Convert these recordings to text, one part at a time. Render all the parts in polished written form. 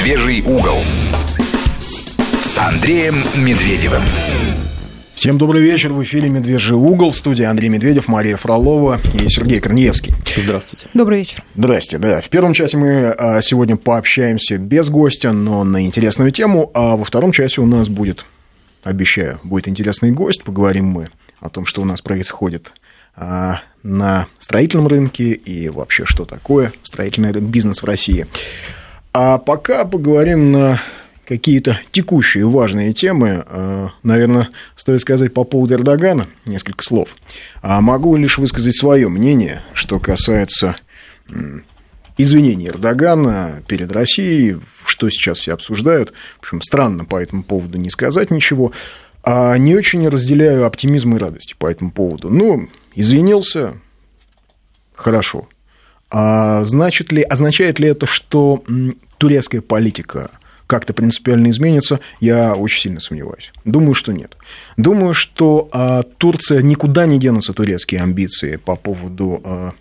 «Медвежий угол» с Андреем Медведевым. Всем добрый вечер. В эфире «Медвежий угол». В студии Андрей Медведев, Мария Фролова и Сергей Корнеевский. Здравствуйте. Добрый вечер. Здрасте. Да. В первом часе мы сегодня пообщаемся без гостя, но на интересную тему. А во втором часе у нас будет, обещаю, будет интересный гость. Поговорим мы о том, что у нас происходит на строительном рынке и вообще, что такое строительный бизнес в России. А пока поговорим на какие-то текущие важные темы. Наверное, стоит сказать по поводу Эрдогана несколько слов. Могу лишь высказать свое мнение, что касается извинений Эрдогана перед Россией, что сейчас все обсуждают. В общем, странно по этому поводу не сказать ничего. Не очень разделяю оптимизм и радость по этому поводу. Ну, извинился, хорошо. Означает ли это, что турецкая политика как-то принципиально изменится, я очень сильно сомневаюсь. Думаю, что нет. Думаю, что Турция никуда не денутся турецкие амбиции по поводу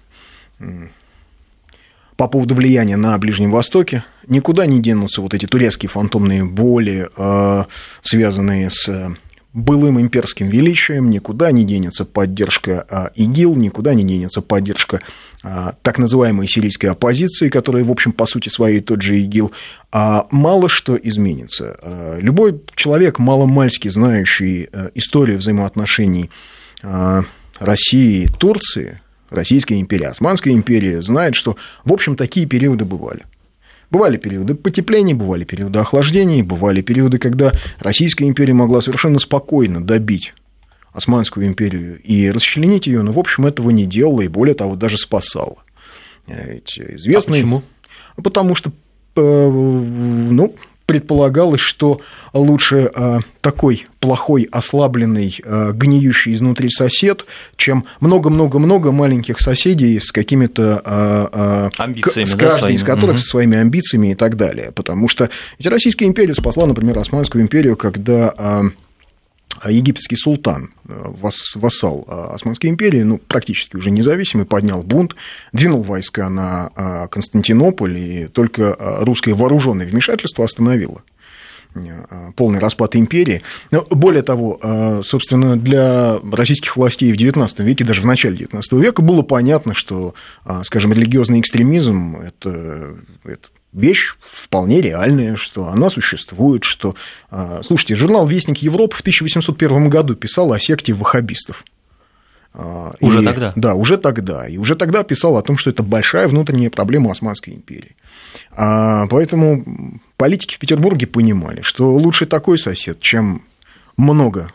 влияния на Ближнем Востоке. Никуда не денутся вот эти турецкие фантомные боли, связанные с былым имперским величием, никуда не денется поддержка ИГИЛ, никуда не денется поддержка так называемой сирийской оппозиции, которая, в общем, по сути своей тот же ИГИЛ. Мало что изменится. Любой человек, маломальски знающий историю взаимоотношений России и Турции, Российской империи, Османской империи, знает, что, в общем, такие периоды бывали. Бывали периоды потепления, бывали периоды охлаждения, бывали периоды, когда Российская империя могла совершенно спокойно добить Османскую империю и расчленить ее, но, в общем, этого не делала и, более того, даже спасала. Известные... почему? Потому что, предполагалось, что лучше такой плохой, ослабленный, гниющий изнутри сосед, чем много-много-много маленьких соседей с какими-то амбициями, с каждой из которых со своими амбициями и так далее. Потому что ведь Российская империя спасла, например, Османскую империю, когда египетский султан, вассал Османской империи, практически уже независимый, поднял бунт, двинул войска на Константинополь, и только русское вооруженное вмешательство остановило полный распад империи. Но, более того, собственно, для российских властей в XIX веке, даже в начале XIX века, было понятно, что, скажем, религиозный экстремизм – это вещь вполне реальная, что она существует, что... Слушайте, журнал «Вестник Европы» в 1801 году писал о секте ваххабистов. Уже тогда? Да, уже тогда. И уже тогда писал о том, что это большая внутренняя проблема Османской империи. Поэтому политики в Петербурге понимали, что лучше такой сосед, чем много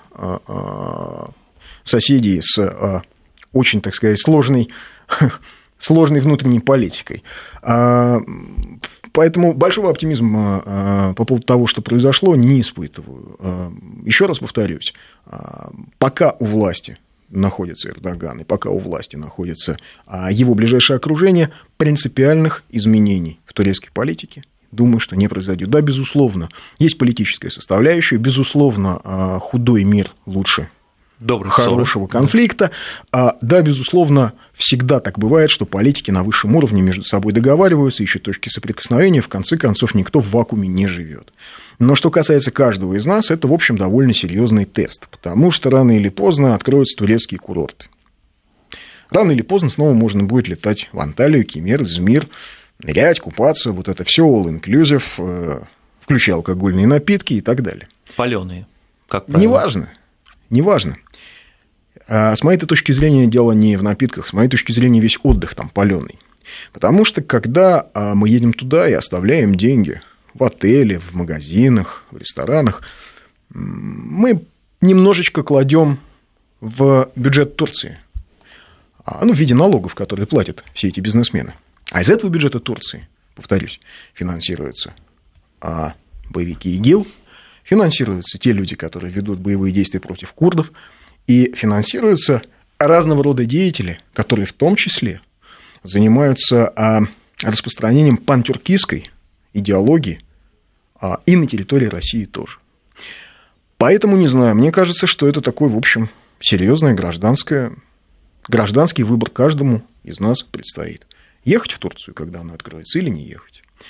соседей с очень, так сказать, сложной внутренней политикой. Поэтому большого оптимизма по поводу того, что произошло, не испытываю. Еще раз повторюсь, пока у власти находится Эрдоган, и пока у власти находится его ближайшее окружение, принципиальных изменений в турецкой политике, думаю, что не произойдет. Да, безусловно, есть политическая составляющая, безусловно, худой мир лучше хорошего конфликта. Да, безусловно, всегда так бывает, что политики на высшем уровне между собой договариваются, ищут точки соприкосновения, в конце концов, никто в вакууме не живет. Но что касается каждого из нас, это, в общем, довольно серьезный тест, потому что рано или поздно откроются турецкие курорты. Рано или поздно снова можно будет летать в Анталию, Кемер, Измир, нырять, купаться, вот это все all-inclusive, включая алкогольные напитки и так далее. Палёные, как правило. Неважно. С моей точки зрения, дело не в напитках, с моей точки зрения, весь отдых там палёный. Потому что, когда мы едем туда и оставляем деньги в отеле, в магазинах, в ресторанах, мы немножечко кладем в бюджет Турции, в виде налогов, которые платят все эти бизнесмены. А из этого бюджета Турции, повторюсь, финансируются боевики ИГИЛ, финансируются те люди, которые ведут боевые действия против курдов, и финансируются разного рода деятели, которые в том числе занимаются распространением пантюркистской идеологии и на территории России тоже. Поэтому, не знаю, мне кажется, что это такой, в общем, серьезный гражданский выбор каждому из нас предстоит. Ехать в Турцию, когда она откроется, или не ехать.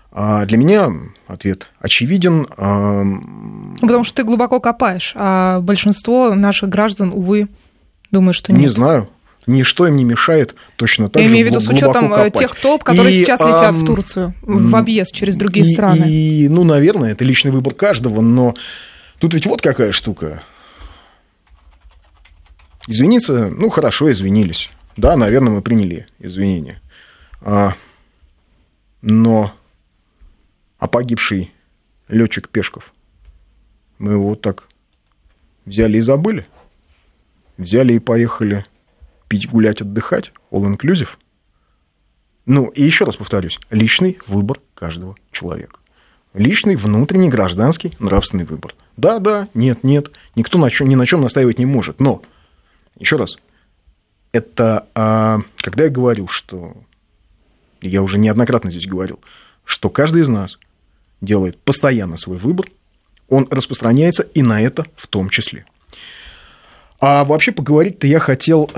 Для меня ответ очевиден. Потому что ты глубоко копаешь, а большинство наших граждан, увы, думают, что нет. Не знаю. Ничто им не мешает точно так же глубоко копать. Я имею в виду с учетом тех толп, которые сейчас летят в Турцию, в объезд через другие страны. Наверное, это личный выбор каждого, но тут ведь вот какая штука. Извиниться, хорошо, извинились. Да, наверное, мы приняли извинения. Но погибший летчик Пешков, мы его вот так взяли и забыли? Взяли и поехали пить, гулять, отдыхать? All inclusive? И еще раз повторюсь, личный выбор каждого человека. Личный, внутренний, гражданский, нравственный выбор. Да, нет, никто ни на чем настаивать не может. Но, еще раз, это когда я говорю, что, я уже неоднократно здесь говорил, что каждый из нас делает постоянно свой выбор, он распространяется и на это в том числе. А вообще поговорить-то я хотел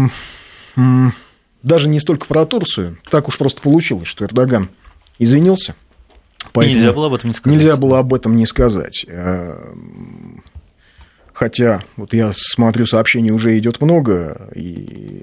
даже не столько про Турцию, так уж просто получилось, что Эрдоган извинился. Нельзя было об этом не сказать. Нельзя было об этом не сказать. Хотя, вот я смотрю, сообщений уже идет много, и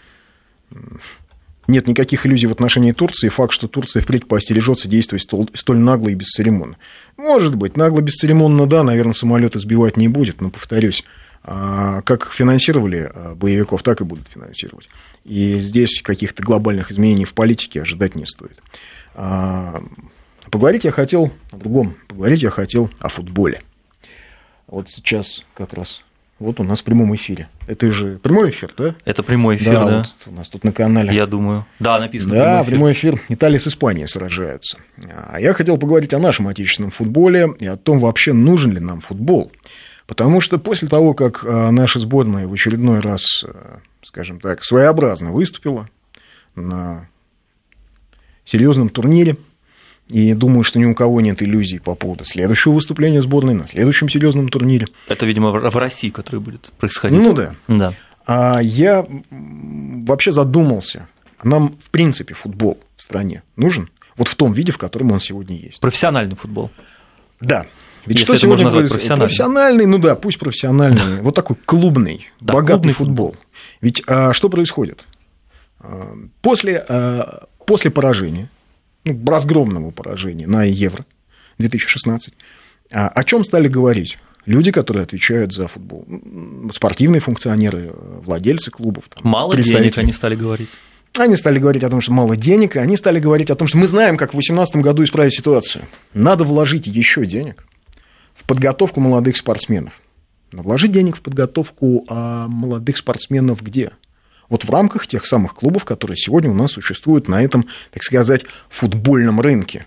нет никаких иллюзий в отношении Турции. Факт, что Турция впредь поостережется действовать столь нагло и бесцеремонно. Может быть, нагло, бесцеремонно, да, наверное, самолеты сбивать не будет, но, повторюсь, как финансировали боевиков, так и будут финансировать. И здесь каких-то глобальных изменений в политике ожидать не стоит. Поговорить я хотел о другом. Поговорить я хотел о футболе. Вот сейчас как раз вот у нас в прямом эфире. Это же прямой эфир, да? Это прямой эфир, да. Вот у нас тут на канале. Я думаю. Да, написано да, прямой эфир. Италия с Испанией сражаются. А я хотел поговорить о нашем отечественном футболе и о том, вообще нужен ли нам футбол. Потому что после того, как наша сборная в очередной раз, скажем так, своеобразно выступила на серьезном турнире, и думаю, что ни у кого нет иллюзий по поводу следующего выступления сборной на следующем серьезном турнире. Это, видимо, в России, который будет происходить. Да. А я вообще задумался, нам, в принципе, футбол в стране нужен? Вот в том виде, в котором он сегодня есть. Профессиональный футбол. Да. Ведь если что сегодня можно происходит? Профессиональный, пусть профессиональный, вот такой клубный, богатый клубный футбол. Ведь что происходит? После поражения, разгромного поражения на Евро-2016, о чем стали говорить люди, которые отвечают за футбол? Спортивные функционеры, владельцы клубов. Мало денег они стали говорить. Они стали говорить о том, что мало денег, и они стали говорить о том, что мы знаем, как в 2018 году исправить ситуацию. Надо вложить еще денег в подготовку молодых спортсменов. Но вложить денег в подготовку молодых спортсменов где? Вот в рамках тех самых клубов, которые сегодня у нас существуют на этом, так сказать, футбольном рынке.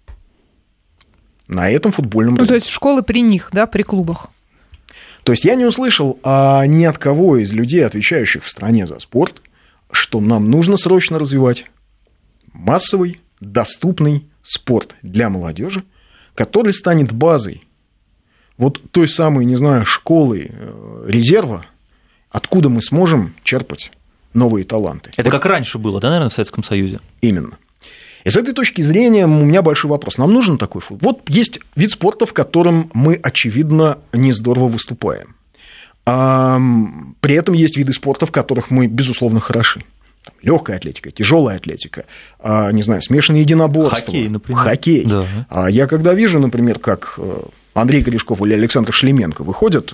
На этом футбольном рынке. То есть школы при них, да, при клубах? То есть я не услышал ни от кого из людей, отвечающих в стране за спорт, что нам нужно срочно развивать массовый, доступный спорт для молодежи, который станет базой вот той самой, не знаю, школы резерва, откуда мы сможем черпать новые таланты. Это как раньше было, да, наверное, в Советском Союзе? Именно. И с этой точки зрения у меня большой вопрос. Нам нужен такой футбол? Вот есть вид спорта, в котором мы, очевидно, не здорово выступаем. При этом есть виды спорта, в которых мы, безусловно, хороши. Легкая атлетика, тяжелая атлетика, не знаю, смешанные единоборства. Хоккей, например. Хоккей. Да. Я когда вижу, например, как Андрей Корешков или Александр Шлеменко выходят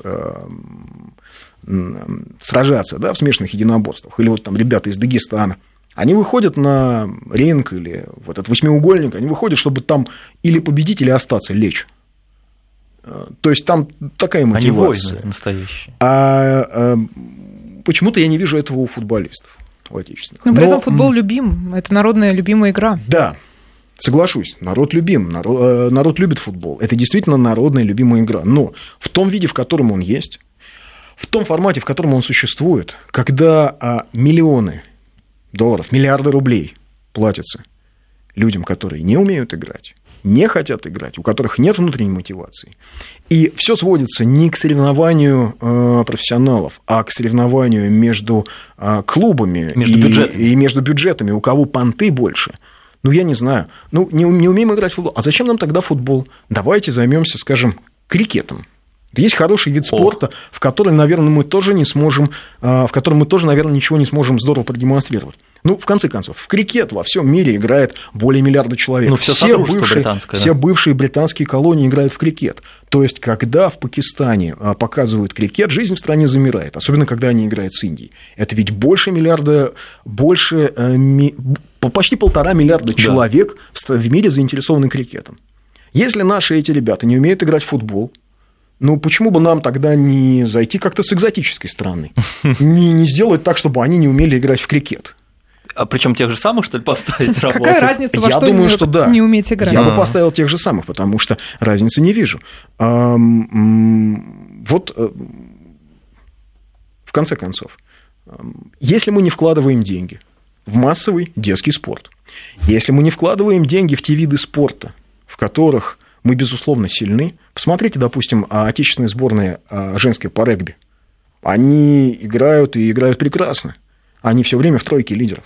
сражаться, да, в смешанных единоборствах, или вот там ребята из Дагестана, они выходят на ринг или в этот восьмиугольник, они выходят, чтобы там или победить, или остаться, лечь. То есть там такая мотивация. Они воины настоящие. Почему-то я не вижу этого у футболистов, у отечественных. Но при этом футбол любим, это народная любимая игра. Да, соглашусь, народ любим, народ любит футбол. Это действительно народная любимая игра. Но в том виде, в котором он есть, в том формате, в котором он существует, когда миллионы долларов, миллиарды рублей платятся людям, которые не умеют играть, не хотят играть, у которых нет внутренней мотивации. И все сводится не к соревнованию профессионалов, а к соревнованию между клубами между бюджетами. И между бюджетами, у кого понты больше. Ну, я не знаю. Ну, не умеем играть в футбол. А зачем нам тогда футбол? Давайте займемся, скажем, крикетом. Есть хороший вид спорта, в который, наверное, мы тоже не сможем, в котором мы тоже, наверное, ничего не сможем здорово продемонстрировать. Ну, в конце концов, в крикет во всем мире играет более миллиарда человек. Ну, все бывшие британские колонии играют в крикет. То есть, когда в Пакистане показывают крикет, жизнь в стране замирает, особенно когда они играют с Индией. Это ведь больше миллиарда, почти 1,5 миллиарда человек в мире заинтересованы крикетом. Если наши эти ребята не умеют играть в футбол, ну, почему бы нам тогда не зайти как-то с экзотической стороны? Не сделать так, чтобы они не умели играть в крикет? А причем тех же самых, что ли, поставить работать? Какая разница, во что не уметь играть? Я бы поставил тех же самых, потому что разницы не вижу. Вот, в конце концов, если мы не вкладываем деньги в массовый детский спорт, если мы не вкладываем деньги в те виды спорта, в которых мы, безусловно, сильны. Посмотрите, допустим, отечественные сборные женские по регби. Они играют и играют прекрасно. Они все время в тройке лидеров.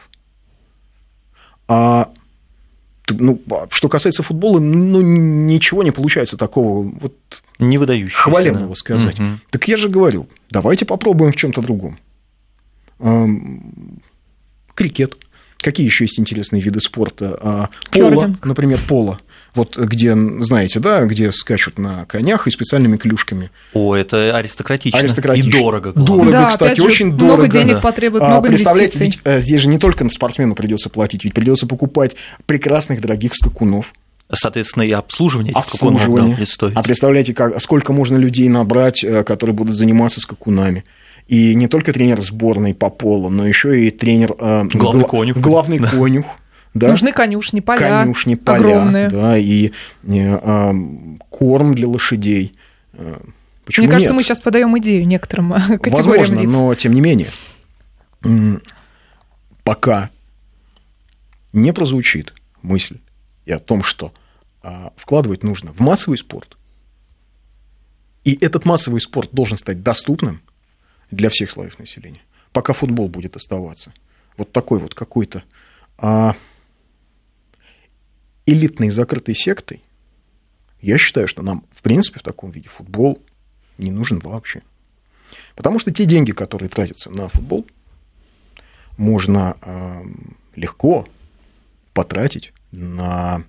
Что касается футбола, ничего не получается такого вот не выдающегося, хваленного сказать. Угу. Так я же говорю, давайте попробуем в чем-то другом. Крикет. Какие еще есть интересные виды спорта? Поло, например, поло. Вот где, знаете, да, где скачут на конях и специальными клюшками. О, это аристократично. И дорого. Дорого, да, кстати, очень дорого. Много денег потребует, много инвестиций. Ведь здесь же не только спортсмену придется платить, ведь придется покупать прекрасных, дорогих скакунов. Соответственно, и обслуживание этих скакунов будет стоить. А представляете, сколько можно людей набрать, которые будут заниматься скакунами. И не только тренер сборной по поло, но еще и тренер... Главный конюх. Да? Нужны конюшни, поля огромные. Да, и корм для лошадей. Почему Мне кажется, мы сейчас подаем идею некоторым категориям лиц. Возможно, но тем не менее, пока не прозвучит мысль и о том, что вкладывать нужно в массовый спорт, и этот массовый спорт должен стать доступным для всех слоев населения, пока футбол будет оставаться вот такой вот какой-то... элитной закрытой сектой, я считаю, что нам, в принципе, в таком виде футбол не нужен вообще. Потому что те деньги, которые тратятся на футбол, можно легко потратить на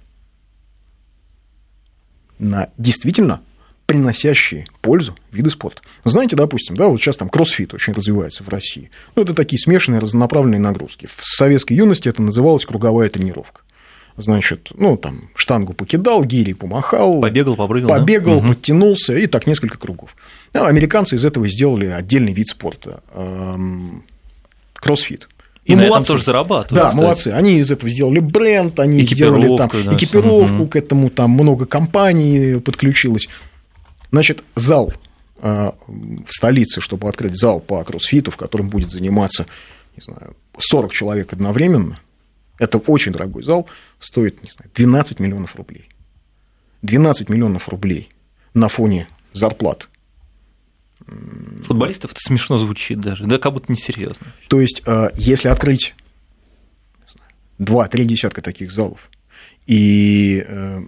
действительно приносящие пользу виды спорта. Знаете, допустим, да, вот сейчас там кроссфит очень развивается в России. Ну, это такие смешанные, разнонаправленные нагрузки. В советской юности это называлось круговая тренировка. Значит, там штангу покидал, гири помахал, побегал, попрыгал, подтянулся, и так несколько кругов. Американцы из этого сделали отдельный вид спорта кроссфит. И на этом тоже зарабатывают. Да, молодцы. Они из этого сделали бренд, они сделали там экипировку, к этому там много компаний подключилось. Значит, зал в столице, чтобы открыть зал по кроссфиту, в котором будет заниматься, не знаю, 40 человек одновременно, это очень дорогой зал, стоит, не знаю, 12 миллионов рублей. 12 миллионов рублей на фоне зарплат. Футболистов это смешно звучит даже, да как будто несерьезно. То есть, если открыть 2-3 десятка таких залов и...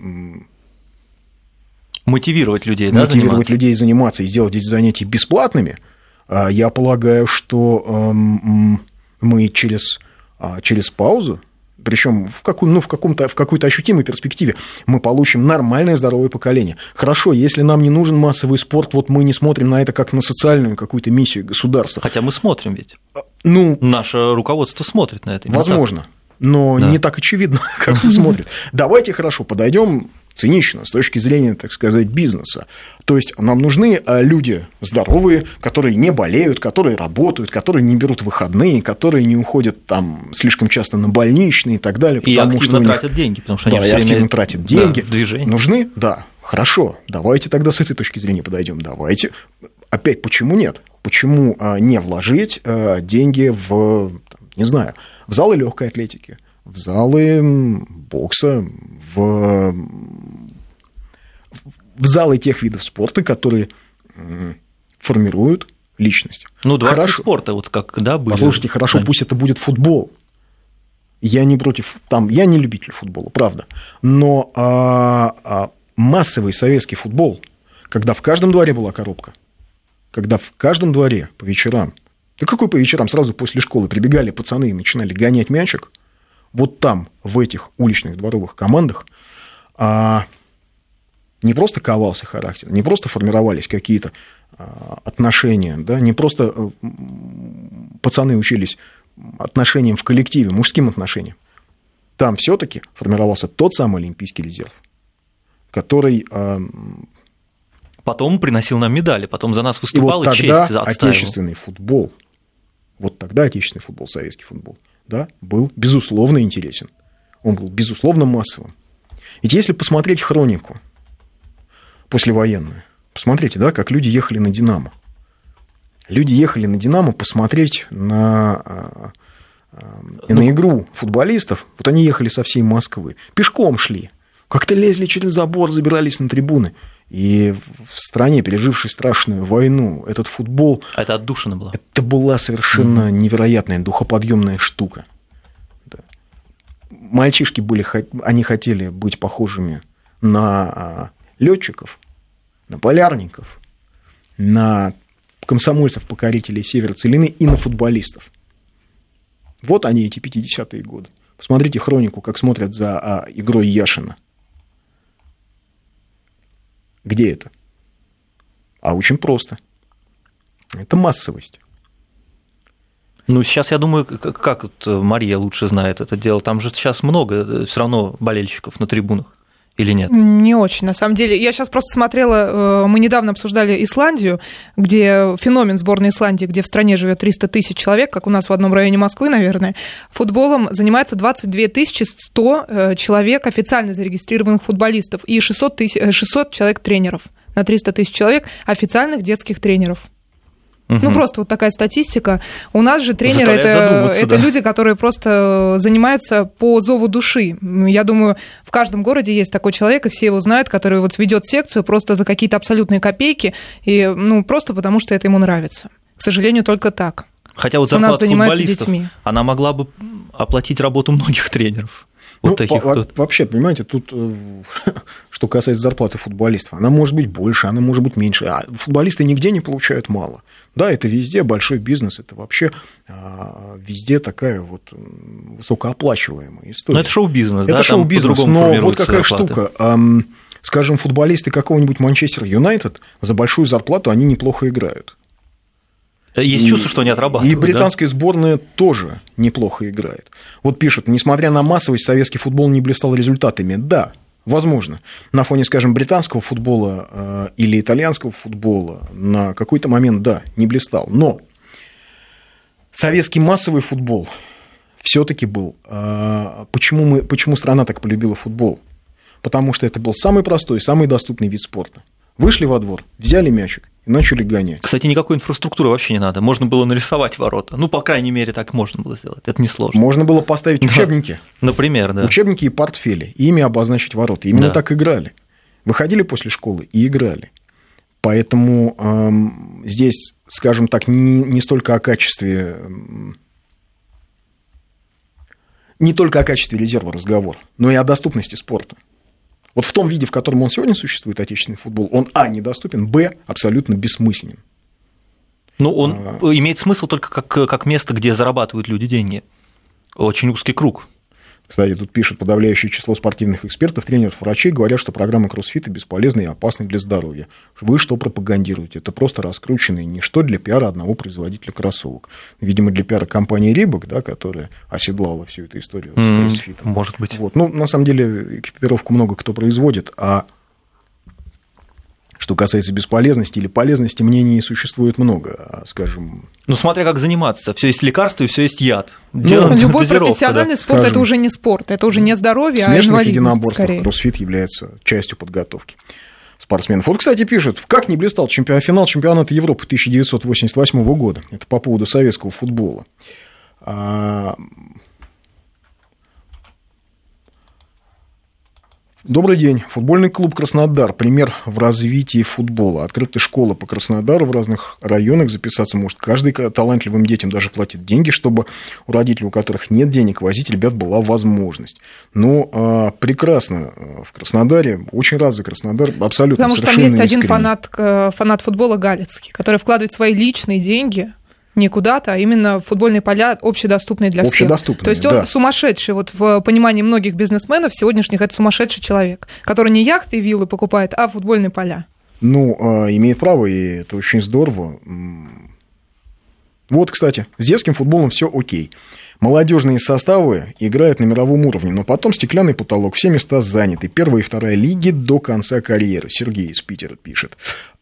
мотивировать людей, людей заниматься и сделать эти занятия бесплатными, я полагаю, что мы через паузу, причем в какой-то ощутимой перспективе, мы получим нормальное здоровое поколение. Хорошо, если нам не нужен массовый спорт, вот мы не смотрим на это как на социальную какую-то миссию государства. Хотя мы смотрим ведь. Наше руководство смотрит на это. Возможно, но не так очевидно, как смотрит. Давайте хорошо подойдем цинично, с точки зрения, так сказать, бизнеса. То есть нам нужны люди здоровые, которые не болеют, которые работают, которые не берут выходные, которые не уходят там слишком часто на больничные и так далее. И активно тратят деньги, потому что они все время активно тратят деньги. В движении. Нужны? Да. Хорошо. Давайте тогда с этой точки зрения подойдем. Давайте. Опять, почему нет? Почему не вложить деньги в, не знаю, в залы легкой атлетики, в залы бокса, в залы тех видов спорта, которые формируют личность. Дворцы спорта, вот как, да, были. Послушайте, хорошо, пусть это будет футбол. Я не против, я не любитель футбола, правда. Но массовый советский футбол, когда в каждом дворе была коробка, когда в каждом дворе по вечерам, да какой по вечерам, сразу после школы прибегали пацаны и начинали гонять мячик, вот там, в этих уличных дворовых командах, не просто ковался характер, не просто формировались какие-то отношения, да, не просто пацаны учились отношениям в коллективе, мужским отношениям. Там все-таки формировался тот самый Олимпийский резерв, который потом приносил нам медали, потом за нас выступал и честь отстаивал. Отечественный футбол, вот тогда отечественный футбол, советский футбол, да, был безусловно интересен. Он был безусловно массовым. Ведь если посмотреть хронику послевоенную, посмотрите, да, как люди ехали на «Динамо». Люди ехали на «Динамо» посмотреть на игру футболистов. Вот они ехали со всей Москвы. Пешком шли. Как-то лезли через забор, забирались на трибуны. И в стране, пережившей страшную войну, этот футбол... А это отдушина была? Это была совершенно невероятная, духоподъемная штука. Да. Мальчишки они хотели быть похожими на летчиков, на полярников, на комсомольцев-покорителей Севера Целины и на футболистов. Вот они, эти 50-е годы. Посмотрите хронику, как смотрят за игрой Яшина. Где это? Очень просто. Это массовость. Ну, сейчас, я думаю, как вот Мария лучше знает это дело, там же сейчас много все равно болельщиков на трибунах. Или нет? Не очень, на самом деле. Я сейчас просто смотрела, мы недавно обсуждали Исландию, где феномен сборной Исландии, где в стране живет 300 тысяч человек, как у нас в одном районе Москвы, наверное. Футболом занимается 22 100 человек официально зарегистрированных футболистов и 600 человек тренеров на 300 тысяч человек официальных детских тренеров. Ну, просто вот такая статистика. У нас же тренеры это люди, которые просто занимаются по зову души. Я думаю, в каждом городе есть такой человек, и все его знают, который вот ведет секцию просто за какие-то абсолютные копейки, и, просто потому, что это ему нравится. К сожалению, только так. Хотя вот зарплата футболистов, она могла бы оплатить работу многих тренеров. Вот вообще, понимаете, тут, что касается зарплаты футболистов, она может быть больше, она может быть меньше. А футболисты нигде не получают мало. Да, это везде большой бизнес, это вообще везде такая вот высокооплачиваемая история. Но это шоу-бизнес, да? Это шоу-бизнес, но вот какая штука. Скажем, футболисты какого-нибудь Манчестер Юнайтед за большую зарплату они неплохо играют. Есть чувство, что они отрабатывают. И британская сборная тоже неплохо играет. Вот пишут, несмотря на массовость, советский футбол не блистал результатами. Да, возможно. На фоне, скажем, британского футбола или итальянского футбола на какой-то момент, да, не блистал. Но советский массовый футбол все-таки был... Почему страна так полюбила футбол? Потому что это был самый простой, самый доступный вид спорта. Вышли во двор, взяли мячик и начали гонять. Кстати, никакой инфраструктуры вообще не надо. Можно было нарисовать ворота. Ну, по крайней мере, так можно было сделать. Это несложно. Можно было поставить учебники. Например, да. Учебники и портфели. И ими обозначить ворота. Именно так играли. Выходили после школы и играли. Поэтому здесь, скажем так, не столько о качестве... Не только о качестве резерва разговор, но и о доступности спорта. Вот в том виде, в котором он сегодня существует, отечественный футбол, он, недоступен, абсолютно бессмысленен. Ну, он имеет смысл только как место, где зарабатывают люди деньги. Очень узкий круг. Кстати, тут пишут подавляющее число спортивных экспертов, тренеров, врачей, говорят, что программа кроссфита бесполезна и опасна для здоровья. Вы что пропагандируете? Это просто раскрученное ничто для пиара одного производителя кроссовок. Видимо, для пиара компании Reebok, да, которая оседлала всю эту историю с кроссфитом. Может быть. Вот. Ну, на самом деле, экипировку много кто производит, а что касается бесполезности или полезности, мнений существует много, скажем... Ну, смотря как заниматься. Все есть лекарство и все есть яд. Любой профессиональный спорт, скажем, это уже не спорт, это уже не здоровье, а инвалидность скорее. Кроссфит является частью подготовки спортсменов. Вот, кстати, пишут, как не блистал финал чемпионата Европы 1988 года. Это по поводу советского футбола. Добрый день. Футбольный клуб «Краснодар». Пример в развитии футбола. Открыты школы по Краснодару в разных районах. Записаться может каждый. Талантливым детям даже платит деньги, чтобы у родителей, у которых нет денег, возить ребят была возможность. Ну, прекрасно. В Краснодаре. Очень рад за Краснодар. Абсолютно. Потому что там есть один фанат футбола Галицкий, который вкладывает свои личные деньги не куда-то, а именно футбольные поля общедоступные для всех. То есть он сумасшедший. Вот в понимании многих бизнесменов сегодняшних это сумасшедший человек, который не яхты и виллы покупает, а футбольные поля. Ну, имеет право, и это очень здорово. Вот, кстати, с детским футболом все окей. Молодежные составы играют на мировом уровне, но потом стеклянный потолок, все места заняты. Первая и вторая лиги до конца карьеры. Сергей из Питера пишет.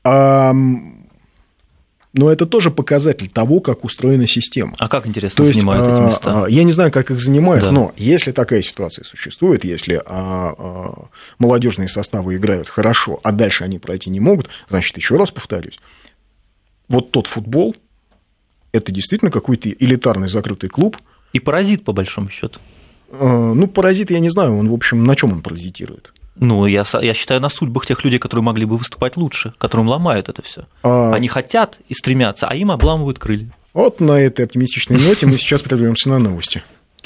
Но это тоже показатель того, как устроена система. А как, интересно, занимают эти места? Я не знаю, как их занимают, да. Но если такая ситуация существует, если молодежные составы играют хорошо, а дальше они пройти не могут, значит, еще раз повторюсь, вот тот футбол – это действительно какой-то элитарный закрытый клуб. И паразит, по большому счету. Ну, паразит, я не знаю, он, в общем, на чем он паразитирует? Ну, я считаю, на судьбах тех людей, которые могли бы выступать лучше, которым ломают это все. Они хотят и стремятся, а им обламывают крылья. Вот на этой оптимистичной ноте мы сейчас прервемся на новости.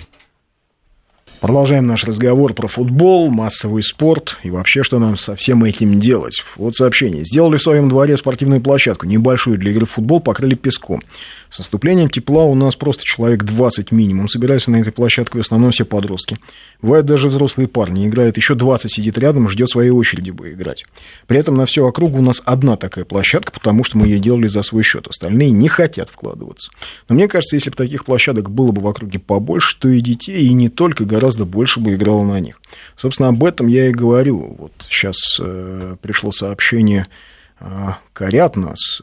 Продолжаем наш разговор про футбол, массовый спорт и вообще, что нам со всем этим делать. Вот сообщение. Сделали в своем дворе спортивную площадку, небольшую для игры в футбол, покрыли песком. С наступлением тепла у нас просто человек 20 минимум собираются на этой площадке, в основном все подростки. Бывают даже взрослые парни, играют, еще 20 сидит рядом, ждет своей очереди бы играть. При этом на всю округу у нас одна такая площадка, потому что мы ее делали за свой счет. Остальные не хотят вкладываться. Но мне кажется, если бы таких площадок было бы в округе побольше, то и детей, и не только, гораздо больше бы играло на них. Собственно, об этом я и говорю. Вот сейчас пришло сообщение, корят нас.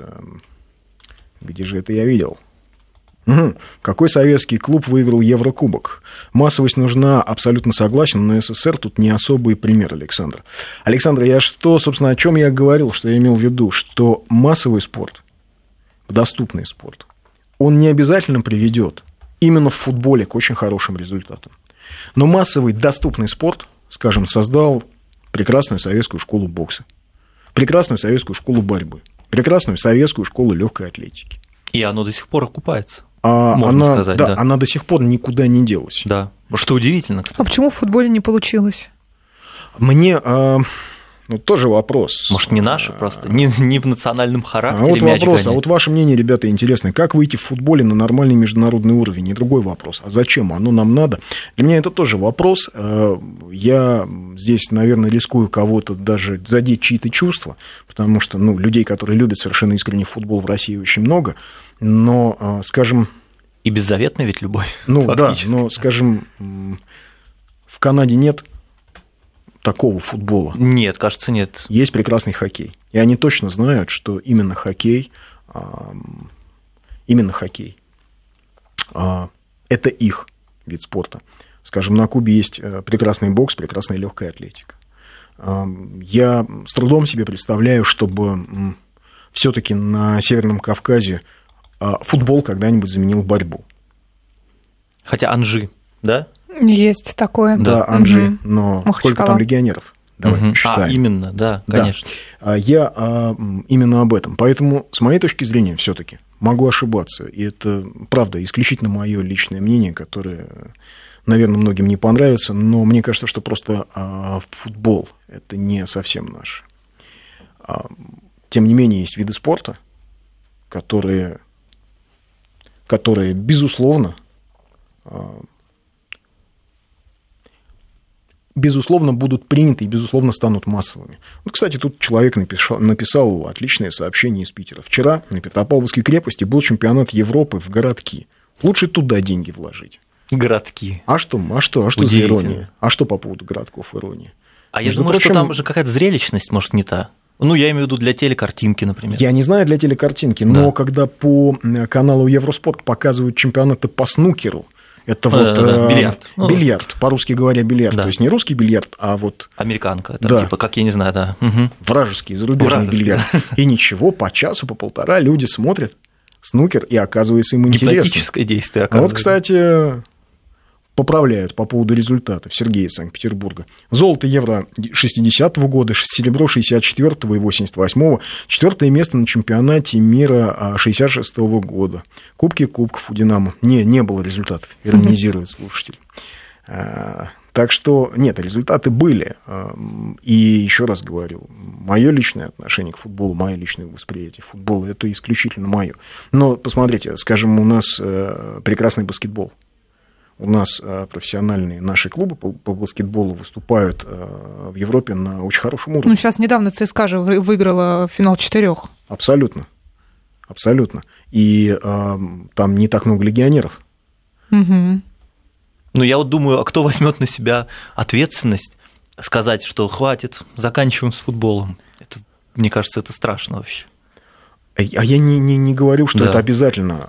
Где же это я видел? Какой советский клуб выиграл Еврокубок? Массовость нужна, абсолютно согласен, но СССР тут не особый пример, Александр. Александр, собственно, о чем я говорил, что я имел в виду, что массовый спорт, доступный спорт, он не обязательно приведет именно в футболе к очень хорошим результатам. Но массовый доступный спорт, скажем, создал прекрасную советскую школу бокса, прекрасную советскую школу борьбы, прекрасную советскую школу легкой атлетики. И оно до сих пор окупается, можно сказать. Да, она до сих пор никуда не делась. Да, что удивительно, кстати. А почему в футболе не получилось? Мне... тоже вопрос. Может, не наши просто? Не в национальном характере мяч вопрос, гонять? А вот ваше мнение, ребята, интересное. Как выйти в футболе на нормальный международный уровень? И другой вопрос. А зачем? Оно нам надо? Для меня это тоже вопрос. Я здесь, наверное, рискую кого-то даже задеть чьи-то чувства, потому что людей, которые любят совершенно искренне футбол в России, очень много. Но, скажем... И беззаветная ведь любовь. Да, но, скажем, в Канаде нет такого футбола. Нет, кажется, нет. Есть прекрасный хоккей. И они точно знают, что именно хоккей это их вид спорта. Скажем, на Кубе есть прекрасный бокс, прекрасная легкая атлетика. Я с трудом себе представляю, чтобы все-таки на Северном Кавказе футбол когда-нибудь заменил борьбу. Хотя Анжи, да? Есть такое. Да, Анжи, но сколько там легионеров? Давай посчитаем. Именно, да, конечно. Да. Я именно об этом. Поэтому, с моей точки зрения, все-таки могу ошибаться. И это, правда, исключительно мое личное мнение, которое, наверное, многим не понравится. Но мне кажется, что просто футбол – это не совсем наше. Тем не менее, есть виды спорта, которые безусловно, будут приняты и, безусловно, станут массовыми. Вот, кстати, тут человек написал отличное сообщение из Питера. Вчера на Петропавловской крепости был чемпионат Европы в городки. Лучше туда деньги вложить. Городки. А что за ирония? А что по поводу городков ирония? А я думаю, что там же какая-то зрелищность, может, не та. Я имею в виду для телекартинки, например. Я не знаю для телекартинки, но когда по каналу Евроспорт показывают чемпионаты по снукеру, это бильярд. Бильярд, по-русски говоря, бильярд. Да. То есть не русский бильярд, а вот... Американка, типа, как я не знаю, да. Вражеский, зарубежный бильярд. И ничего, по часу, по полтора люди смотрят снукер, и оказывается им интересно. Гипнотическое действие, оказывается. Вот, кстати, поправляют по поводу результатов. Сергей из Санкт-Петербурга. Золото Евро 60-го года, серебро 64-го и 88-го, 4-е место на чемпионате мира 66-го года. Кубки кубков у «Динамо». Не было результатов, иронизирует слушатель. Так что, нет, результаты были. И еще раз говорю, мое личное отношение к футболу, мое личное восприятие футбола, это исключительно мое. Но посмотрите, скажем, у нас прекрасный баскетбол. У нас профессиональные наши клубы по баскетболу выступают в Европе на очень хорошем уровне. Ну, сейчас недавно ЦСКА же выиграла финал 4. Абсолютно. Абсолютно. И там не так много легионеров. Угу. Ну, я вот думаю, а кто возьмет на себя ответственность сказать, что хватит, заканчиваем с футболом? Это, мне кажется, это страшно вообще. А я не говорю, что это обязательно,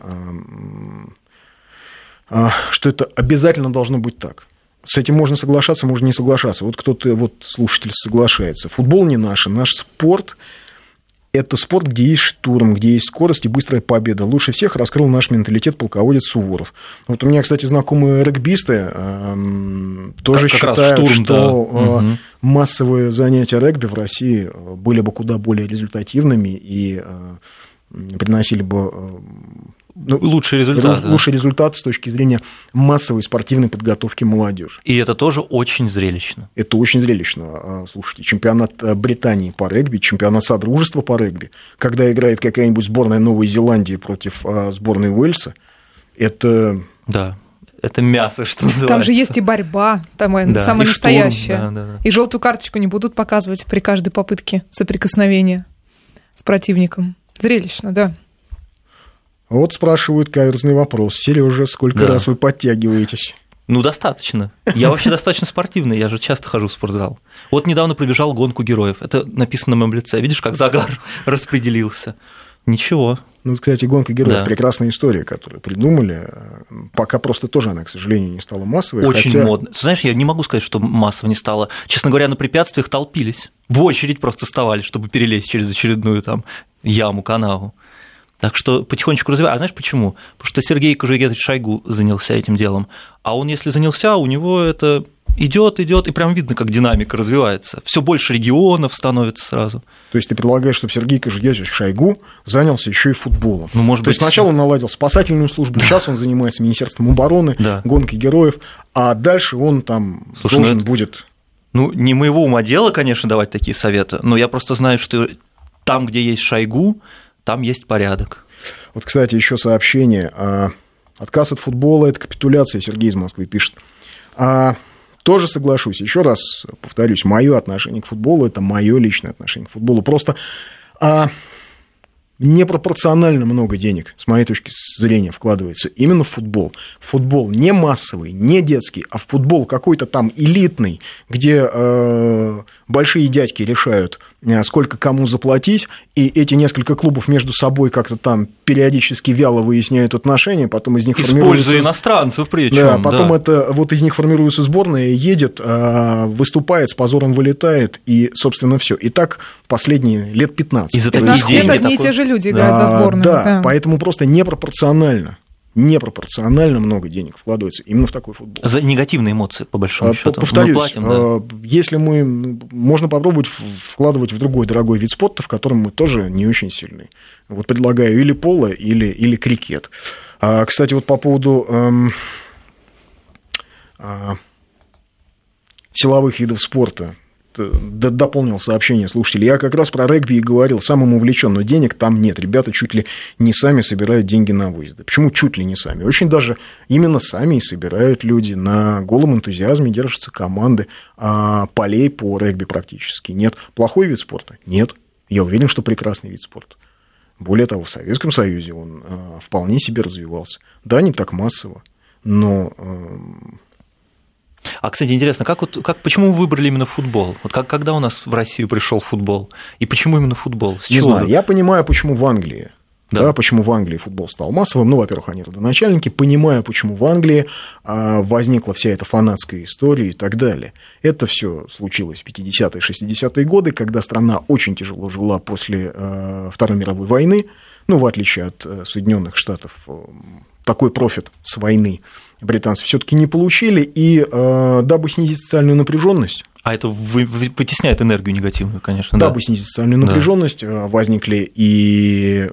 что это обязательно должно быть так. С этим можно соглашаться, можно не соглашаться. Вот кто-то, вот слушатель соглашается. Футбол не наш спорт. Это спорт, где есть штурм, где есть скорость и быстрая победа. Лучше всех раскрыл наш менталитет полководец Суворов. Вот у меня, кстати, знакомые регбисты тоже считают, штурм, что массовые занятия регби в России были бы куда более результативными и приносили бы лучший результат с точки зрения массовой спортивной подготовки молодежи. И это тоже очень зрелищно. Это очень зрелищно. Слушайте, чемпионат Британии по регби, чемпионат Содружества по регби, когда играет какая-нибудь сборная Новой Зеландии против сборной Уэльса, это... Да. Это мясо, что называется. Там же есть и борьба, там самая настоящая. И желтую карточку не будут показывать при каждой попытке соприкосновения с противником. Зрелищно, да. Вот спрашивают каверзный вопрос. Сережа, сколько раз вы подтягиваетесь? Ну, достаточно. Я вообще достаточно спортивный, я же часто хожу в спортзал. Вот недавно пробежал гонку героев. Это написано на моем лице. Видишь, как загар распределился? Ничего. Ну, кстати, гонка героев прекрасная история, которую придумали. Пока просто тоже она, к сожалению, не стала массовой. Очень модно. Знаешь, я не могу сказать, что массово не стало. Честно говоря, на препятствиях толпились. В очередь просто вставали, чтобы перелезть через очередную там яму, канаву. Так что потихонечку развивается. А знаешь почему? Потому что Сергей Кожегетович Шойгу занялся этим делом. А он, если занялся, у него это идет, и прям видно, как динамика развивается. Все больше регионов становится сразу. То есть ты предлагаешь, чтобы Сергей Кожегетович Шойгу занялся еще и футболом? Ну, может быть, то есть сначала он наладил спасательную службу, сейчас он занимается Министерством обороны, гонкой героев, а дальше он там должен будет... Ну, не моего ума дело, конечно, давать такие советы, но я просто знаю, что там, где есть Шойгу, там есть порядок. Вот, кстати, еще сообщение. Отказ от футбола – это капитуляция, Сергей из Москвы пишет. Тоже соглашусь. Еще раз повторюсь, мое отношение к футболу – это мое личное отношение к футболу. Просто непропорционально много денег, с моей точки зрения, вкладывается именно в футбол. Футбол не массовый, не детский, а в футбол какой-то там элитный, где большие дядьки решают, сколько кому заплатить, и эти несколько клубов между собой как-то там периодически вяло выясняют отношения, потом из них формируются... Используя иностранцев причем. Да, потом это вот из них формируется сборная, едет, выступает, с позором вылетает, и, собственно, все. И так последние лет 15. И за такие деньги одни и те же люди играют за сборную. Да, поэтому просто непропорционально много денег вкладывается именно в такой футбол. За негативные эмоции, по большому счету. Повторюсь, если можно попробовать вкладывать в другой дорогой вид спорта, в котором мы тоже не очень сильны. Вот предлагаю или поло, или крикет. Кстати, вот по поводу силовых видов спорта. Дополнил сообщение слушателей. Я как раз про регби и говорил, самым увлечен, но денег там нет. Ребята чуть ли не сами собирают деньги на выезды. Почему чуть ли не сами? Очень даже именно сами и собирают люди. На голом энтузиазме держатся команды. А полей по регби практически нет. Плохой вид спорта? Нет. Я уверен, что прекрасный вид спорта. Более того, в Советском Союзе он вполне себе развивался. Да, не так массово, но... А, кстати, интересно, почему вы выбрали именно футбол? Вот когда у нас в Россию пришел футбол? И почему именно футбол? Не знаю, я понимаю, почему в Англии. Да, почему в Англии футбол стал массовым. Ну, во-первых, они родоначальники. Понимаю, почему в Англии возникла вся эта фанатская история и так далее. Это все случилось в 50-е, 60-е годы, когда страна очень тяжело жила после Второй мировой войны. Ну, в отличие от Соединенных Штатов, такой профит с войны британцы все-таки не получили, и дабы снизить социальную напряженность. А это вытесняет энергию негативную, конечно. Дабы снизить социальную напряженность, возникли и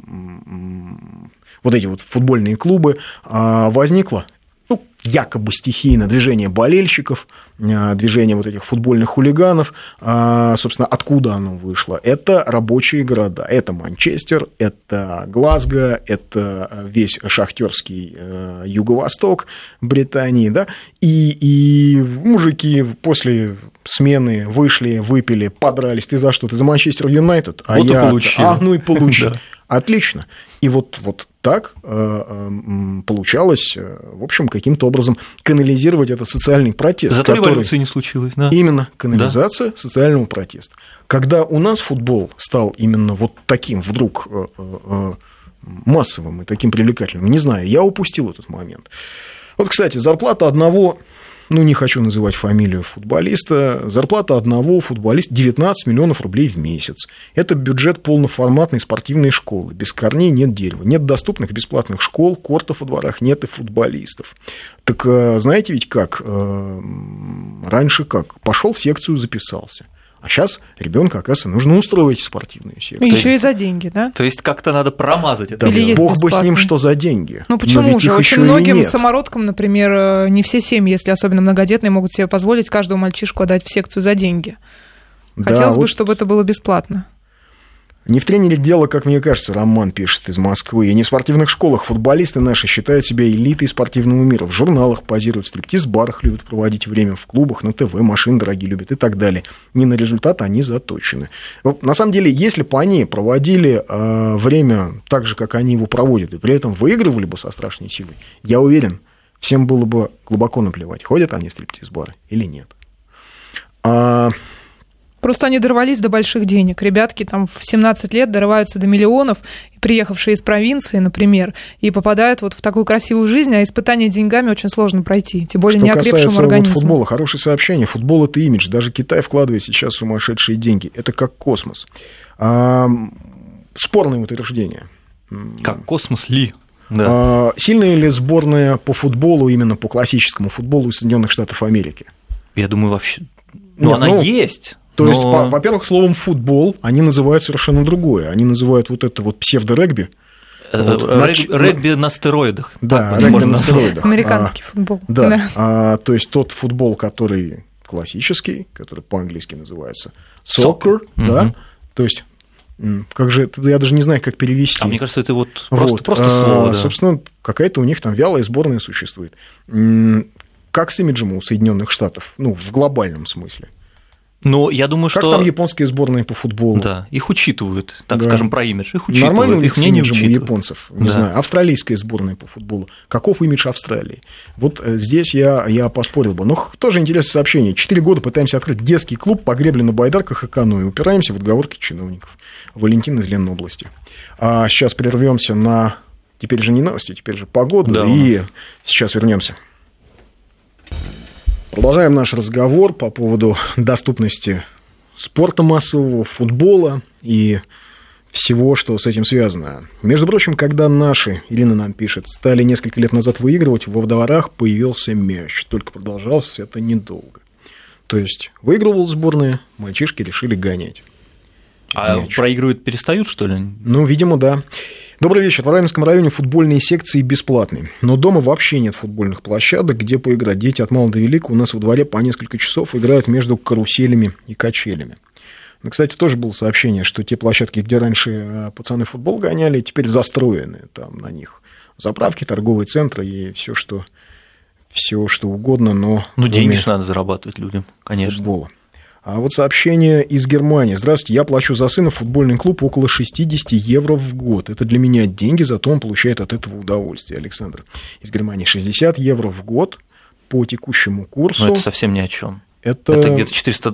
вот эти вот футбольные клубы, возникло якобы стихийно движение болельщиков, движение вот этих футбольных хулиганов. Собственно, откуда оно вышло? Это рабочие города. Это Манчестер, это Глазго, это весь шахтерский юго-восток Британии. Да? И мужики после смены вышли, выпили, подрались. Ты за что? Ты за Манчестер Юнайтед? Вот и получил. Ну и получил. Отлично. И вот так получалось, в общем, каким-то образом канализировать этот социальный протест. Зато революции не случилось, да? Именно канализация социального протеста. Когда у нас футбол стал именно вот таким вдруг массовым и таким привлекательным, не знаю, я упустил этот момент. Вот, кстати, зарплата одного... не хочу называть фамилию футболиста, зарплата одного футболиста 19 миллионов рублей в месяц. Это бюджет полноформатной спортивной школы. Без корней нет дерева. Нет доступных бесплатных школ, кортов во дворах, нет и футболистов. Так знаете ведь как? Раньше как? Пошел в секцию, записался. А сейчас ребенка, оказывается, нужно устроить в спортивную секцию. Еще и за деньги, да? То есть как-то надо промазать это. Да, бог бы с ним, что за деньги. Ну почему же? Очень многим самородкам, например, не все семьи, если особенно многодетные, могут себе позволить каждого мальчишку отдать в секцию за деньги. Хотелось бы, чтобы это было бесплатно. Не в тренере дело, как мне кажется, Роман пишет из Москвы. И не в спортивных школах. Футболисты наши считают себя элитой спортивного мира. В журналах позируют, в стриптиз-барах любят проводить время, в клубах, на ТВ, машины дорогие любят и так далее. Не на результат они заточены. На самом деле, если бы они проводили время так же, как они его проводят, и при этом выигрывали бы со страшной силой, я уверен, всем было бы глубоко наплевать, ходят они в стриптиз-бары или нет. Просто они дорвались до больших денег. Ребятки там в 17 лет дорываются до миллионов, приехавшие из провинции, например, и попадают вот в такую красивую жизнь, а испытания деньгами очень сложно пройти, тем более неокрепшему организму. Вот футбола, хорошее сообщение. Футбол – это имидж. Даже Китай вкладывает сейчас сумасшедшие деньги. Это как космос. Спорное утверждение. Как космос ли? Да. Сильная ли сборная по футболу, именно по классическому футболу из Соединенных Штатов Америки? Я думаю, вообще... Она есть... То есть, во-первых, словом «футбол» они называют совершенно другое. Они называют вот это вот псевдорегби. Регби на стероидах. Да, регби на стероидах. Американский футбол. Да, то есть тот футбол, который классический, который по-английски называется soccer, да, то есть... Как же, я даже не знаю, как перевести. Мне кажется, это просто слово. Да. Собственно, какая-то у них там вялая сборная существует. Как с имиджем у Соединенных Штатов, в глобальном смысле? Но я думаю, как там японские сборные по футболу? Да, их учитывают, так скажем, про имидж. Их учитывают. Нормально у них с имиджем у японцев? Не знаю, австралийская сборная по футболу. Каков имидж Австралии? Вот здесь я поспорил бы. Но тоже интересное сообщение. 4 года пытаемся открыть детский клуб по гребле на байдарках и каноэ. Упираемся в отговорки чиновников. Валентин из Ленобласти. А сейчас прервемся на... Теперь же не новости, теперь же погоду. Да, и сейчас вернемся. Продолжаем наш разговор по поводу доступности спорта массового, футбола и всего, что с этим связано. Между прочим, когда наши, Ирина нам пишет, стали несколько лет назад выигрывать, во дворах появился мяч. Только продолжалось это недолго. То есть выигрывала сборная, мальчишки решили гонять. А проигрывают, перестают, что ли? Видимо, да. Добрый вечер. В Раменском районе футбольные секции бесплатные, но дома вообще нет футбольных площадок, где поиграть. Дети от мала до велика у нас во дворе по несколько часов играют между каруселями и качелями. Кстати, тоже было сообщение, что те площадки, где раньше пацаны футбол гоняли, теперь застроены. Там на них заправки, торговые центры и все что угодно, но... деньги же надо зарабатывать людям, конечно. Футбола. А вот сообщение из Германии. Здравствуйте, я плачу за сына в футбольный клуб около 60 евро в год. Это для меня деньги, зато он получает от этого удовольствие. Александр из Германии. 60 евро в год по текущему курсу. Это совсем ни о чем. Это где-то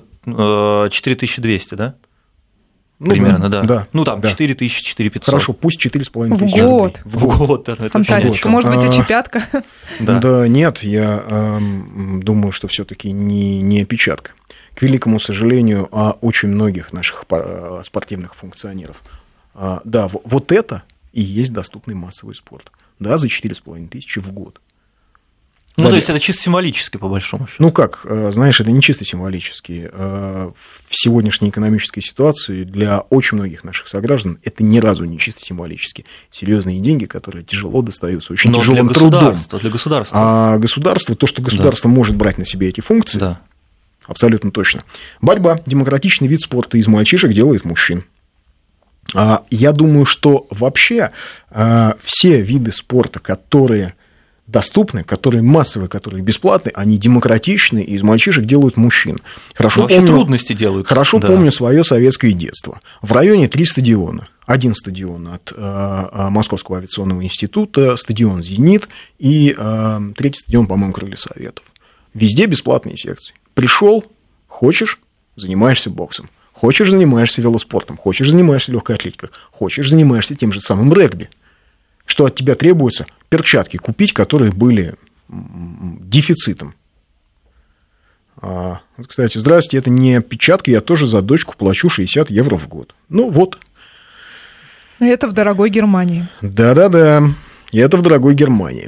4200, да? Примерно, да. Там 4000, 4500. Хорошо, пусть 4,5 тысячи рублей. В год. Фантастика. Может быть, и опечатка? Да, нет, я думаю, что все-таки не опечатка. К великому сожалению, очень многих наших спортивных функционеров. Да, вот это и есть доступный массовый спорт. да, за 4,5 тысячи в год. Ну, то есть это чисто символически, по большому счету. Ну как, знаешь, это не чисто символически. В сегодняшней экономической ситуации для очень многих наших сограждан это ни разу не чисто символически. Серьезные деньги, которые тяжело достаются, очень тяжелым трудом. Для государства. А государство, то, что государство может брать на себя эти функции, да. Абсолютно точно. Борьба, демократичный вид спорта из мальчишек делает мужчин. Я думаю, что вообще все виды спорта, которые доступны, которые массовые, которые бесплатные, они демократичны, и из мальчишек делают мужчин. Хорошо помню, трудности делают. Хорошо помню свое советское детство. В районе 3 стадиона. Один стадион от Московского авиационного института, стадион «Зенит» и третий стадион, по-моему, Крылья Советов. Везде бесплатные секции. Пришел, хочешь, занимаешься боксом. Хочешь, занимаешься велоспортом. Хочешь, занимаешься легкой атлетикой. Хочешь, занимаешься тем же самым регби. Что от тебя требуется? Перчатки купить, которые были дефицитом. Кстати, здравствуйте, это не печатка, я тоже за дочку плачу 60 евро в год. Ну вот. Это в дорогой Германии. Да-да-да, это в дорогой Германии.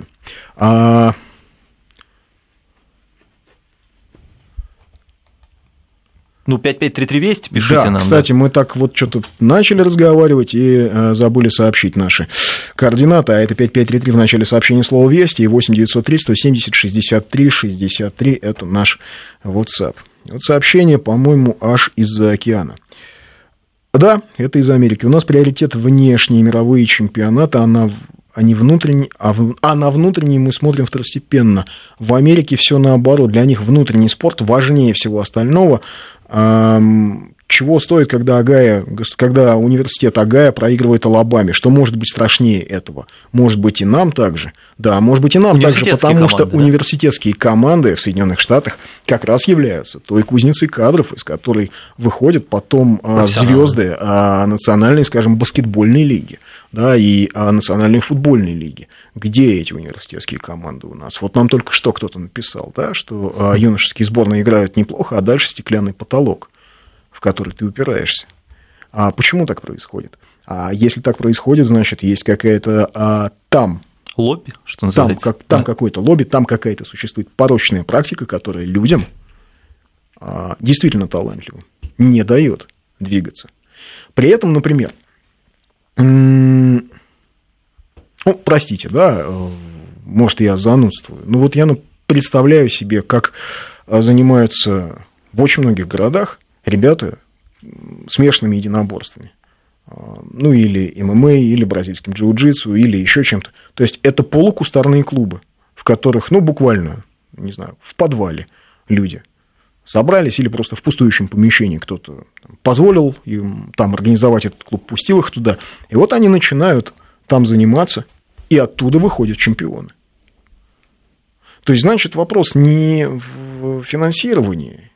Ну, 553320 пишите да, нам. Кстати, мы так вот что-то начали разговаривать и забыли сообщить наши координаты. А это 5533 в начале сообщения слова «Вести» и 8903 170 63 63 – это наш WhatsApp. Вот сообщение, по-моему, аж из-за океана. Да, это из Америки. У нас приоритет внешние мировые чемпионаты, на внутренние мы смотрим второстепенно. В Америке все наоборот. Для них внутренний спорт важнее всего остального. Чего стоит, когда университет Огайо проигрывает Алабаме? Что может быть страшнее этого? Может быть, и нам также? Да, может быть, и нам также, потому что университетские команды в Соединенных Штатах как раз являются той кузницей кадров, из которой выходят потом звезды национальной, скажем, баскетбольной лиги, да, и национальной футбольной лиги. Где эти университетские команды у нас? Вот нам только что кто-то написал, да, что юношеские сборные играют неплохо, а дальше стеклянный потолок, в который ты упираешься. А почему так происходит? А если так происходит, значит, есть какая-то там... Лобби, что называется? Там какое-то лобби, там какая-то существует порочная практика, которая людям, действительно талантливым, не дает двигаться. При этом, например, простите, да, может, я занудствую, но вот я представляю себе, как занимаются в очень многих городах ребята смешанными единоборствами. Ну, или ММА, или бразильским джиу-джитсу, или еще чем-то. То есть, это полукустарные клубы, в которых, ну, буквально, не знаю, в подвале люди собрались, или просто в пустующем помещении кто-то позволил им там организовать этот клуб, пустил их туда. И вот они начинают там заниматься, и оттуда выходят чемпионы. То есть, значит, вопрос не в финансировании,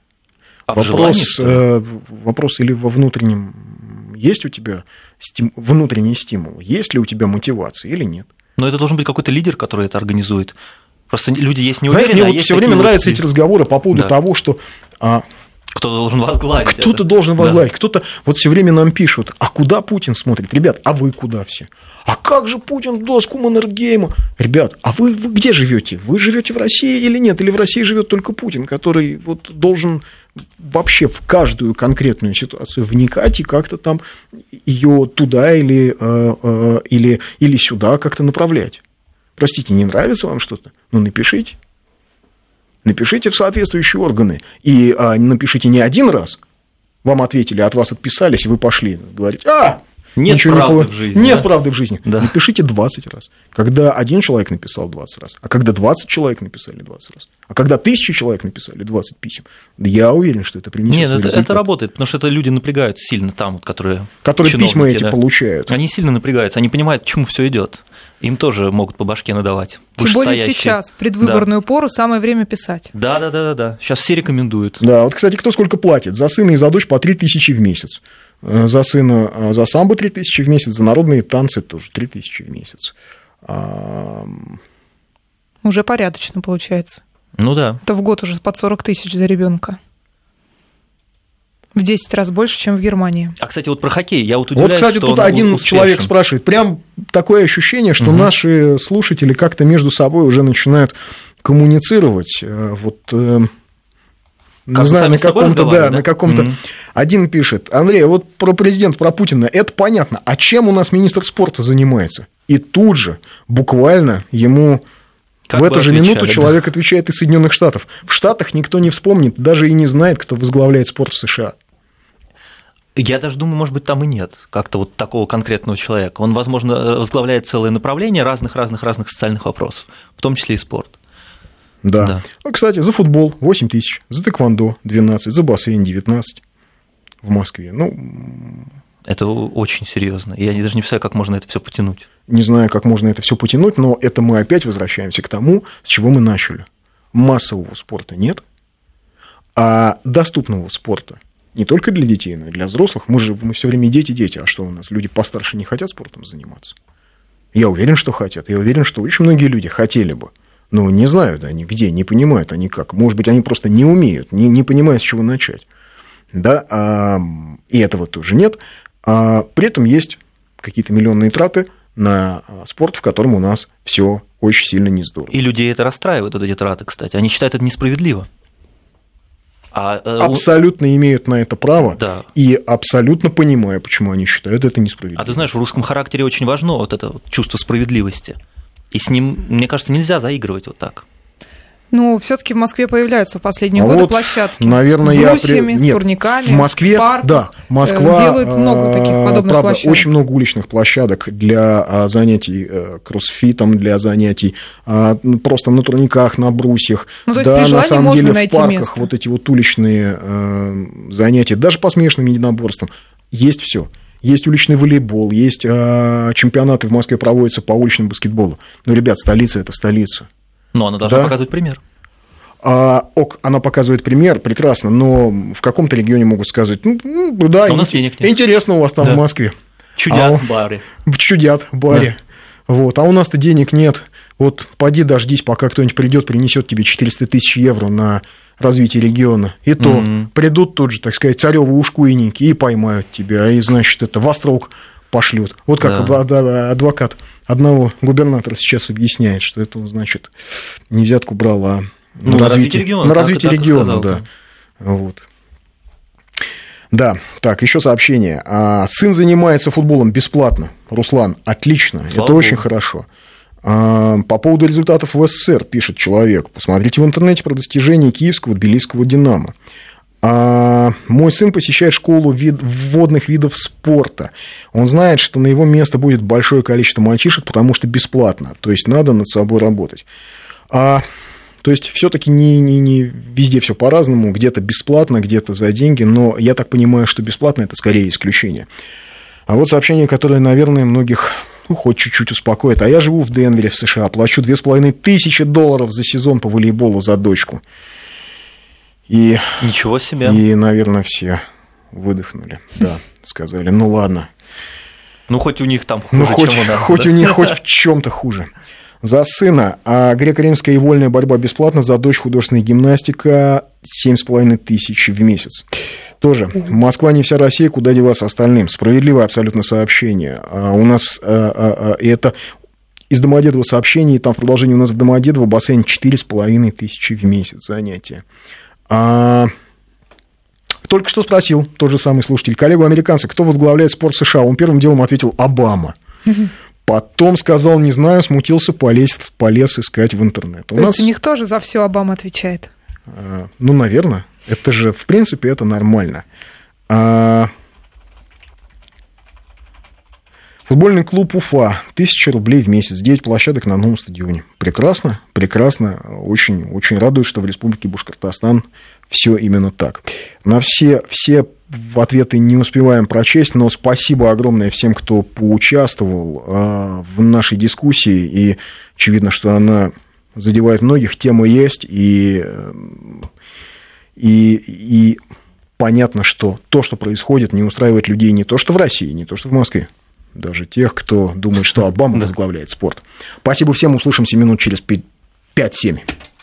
вопрос или во внутреннем, есть у тебя внутренний стимул, есть ли у тебя мотивация или нет. Но это должен быть какой-то лидер, который это организует. Просто люди есть неуверенные. Знаете, мне вот все время нравятся эти разговоры по поводу того, что... Кто-то должен возглавить. Кто-то должен возглавить. Кто-то вот все время нам пишут, а куда Путин смотрит? Ребят, а вы куда все? А как же Путин доску Маннергейма? Ребят, а вы где живете? Вы живете в России или нет? Или в России живет только Путин, который вот должен вообще в каждую конкретную ситуацию вникать и как-то там ее туда или сюда как-то направлять? Простите, не нравится вам что-то? Ну, напишите. Напишите в соответствующие органы. И напишите не один раз. Вам ответили, от вас отписались, и вы пошли говорить, нет правды в жизни. Нет правды в жизни. Да. Напишите 20 раз. Когда один человек написал 20 раз, а когда 20 человек написали 20 раз, а когда 1000 человек написали 20 писем, да я уверен, что это принесет результат. Нет, это работает, потому что это люди напрягаются сильно там, которые письма эти получают. Они сильно напрягаются, они понимают, к чему все идет. Им тоже могут по башке надавать. Тем более сейчас, в предвыборную пору, самое время писать. Да. Сейчас все рекомендуют. Да, вот, кстати, кто сколько платит? За сына и за дочь по 3000 в месяц. За сына, за самбо 3000 в месяц, за народные танцы тоже 3000 в месяц. Уже порядочно получается. Ну да. Это в год уже под 40 тысяч за ребенка. В 10 раз больше, чем в Германии. А, кстати, вот про хоккей. Я вот удивляюсь, кстати, что тут он один успешен. человек спрашивает. Прям такое ощущение, что наши слушатели как-то между собой уже начинают коммуницировать. Не знаю, на каком-то, да, на каком-то. Один пишет: Андрей, вот про президента, про Путина, это понятно. А чем у нас министр спорта занимается? И тут же, буквально, ему в эту же минуту человек отвечает из Соединенных Штатов. В Штатах никто не вспомнит, даже и не знает, кто возглавляет спорт в США. Я даже думаю, может быть, там и нет как-то вот такого конкретного человека. Он, возможно, возглавляет целое направление разных социальных вопросов, в том числе и спорт. Да. Ну, кстати, за футбол 8 тысяч, за тэквондо 12, за бассейн 19 в Москве. Это очень серьезно. Я даже не представляю, как можно это все потянуть. Не знаю, как можно это все потянуть, но это мы опять возвращаемся к тому, с чего мы начали. Массового спорта нет, а доступного спорта не только для детей, но и для взрослых. Мы все время дети. А что у нас? Люди постарше не хотят спортом заниматься? Я уверен, что хотят. Я уверен, что очень многие люди хотели бы. Но не знают они где, не понимают они как. Может быть, они просто не умеют, не понимают, с чего начать. Да? И этого тоже нет. При этом есть какие-то миллионные траты на спорт, в котором у нас все очень сильно не здорово. И людей это расстраивает, вот эти траты, кстати. Они считают это несправедливо. Абсолютно имеют на это право, да. И абсолютно понимаю, почему они считают это несправедливым. А ты знаешь, в русском характере очень важно вот это вот чувство справедливости. И с ним, мне кажется, нельзя заигрывать вот так. Ну, все-таки в Москве появляются в последние годы площадки, наверное, с брусьями, с турниками, в Москве, в парках. Да, Москва делают много таких подобных площадок. Очень много уличных площадок для занятий кроссфитом, для занятий просто на турниках, на брусьях. Ну, то есть при желании можно найти в парках место. Вот эти вот уличные занятия, даже по смешанным единоборствам, есть все. Есть уличный волейбол, есть чемпионаты в Москве проводятся по уличному баскетболу. Ну, ребят, столица – это столица. Но она должна показывать пример. Она показывает пример, прекрасно, но в каком-то регионе могут сказать, да, у нас денег нет. Интересно у вас там в Москве. Чудят в баре. Чудят в баре. Да. Вот. А у нас-то денег нет. Вот поди дождись, пока кто-нибудь придет, принесет тебе 400 тысяч евро на развитие региона. И то придут тут же, так сказать, царевы ушкуйники и поймают тебя, и, значит, это в Острог пошлют. Вот как адвокат одного губернатора сейчас объясняет, что это он, значит, не взятку брал, а на развитие региона. Сказал, да. Вот. Да, так, еще сообщение. Сын занимается футболом бесплатно. Руслан, отлично, Слава это очень Богу. хорошо. По поводу результатов в СССР пишет человек. Посмотрите в интернете про достижения киевского тбилисского «Динамо». Мой сын посещает школу вводных видов спорта. Он знает, что на его место будет большое количество мальчишек, потому что бесплатно. То есть надо над собой работать. То есть все-таки не везде все по-разному, где-то бесплатно, где-то за деньги, но я так понимаю, что бесплатно это скорее исключение. А вот сообщение, которое, наверное, многих хоть чуть-чуть успокоит. А я живу в Денвере, в США, плачу $2500 за сезон по волейболу за дочку. И, ничего себе. И, наверное, все выдохнули. Да, сказали, ну ладно. Ну, хоть у них там хуже, чем у нас. Хоть у них хоть в чем-то хуже. За сына. А греко-римская и вольная борьба бесплатно, за дочь художественная гимнастика 7500 в месяц. Тоже. Москва не вся Россия, куда деваться остальным. Справедливое абсолютно сообщение. У нас это из Домодедово сообщение, там в продолжении у нас в Домодедово бассейн 4500 в месяц занятия. Только что спросил тот же самый слушатель коллегу-американца, кто возглавляет спорт США. Он первым делом ответил «Обама». Потом сказал «не знаю», смутился, полез искать в интернет. То есть у них тоже за все Обама отвечает? Ну, наверное. Это же, в принципе, это нормально. Футбольный клуб Уфа, 1000 рублей в месяц, 9 площадок на новом стадионе. Прекрасно, прекрасно. Очень, очень радует, что в Республике Башкортостан все именно так. На все ответы не успеваем прочесть, но спасибо огромное всем, кто поучаствовал в нашей дискуссии. И очевидно, что она задевает многих. Тема есть, и понятно, что то, что происходит, не устраивает людей не то, что в России, не то, что в Москве. Даже тех, кто думает, что Обама возглавляет спорт. Спасибо всем, услышимся минут через 5-7.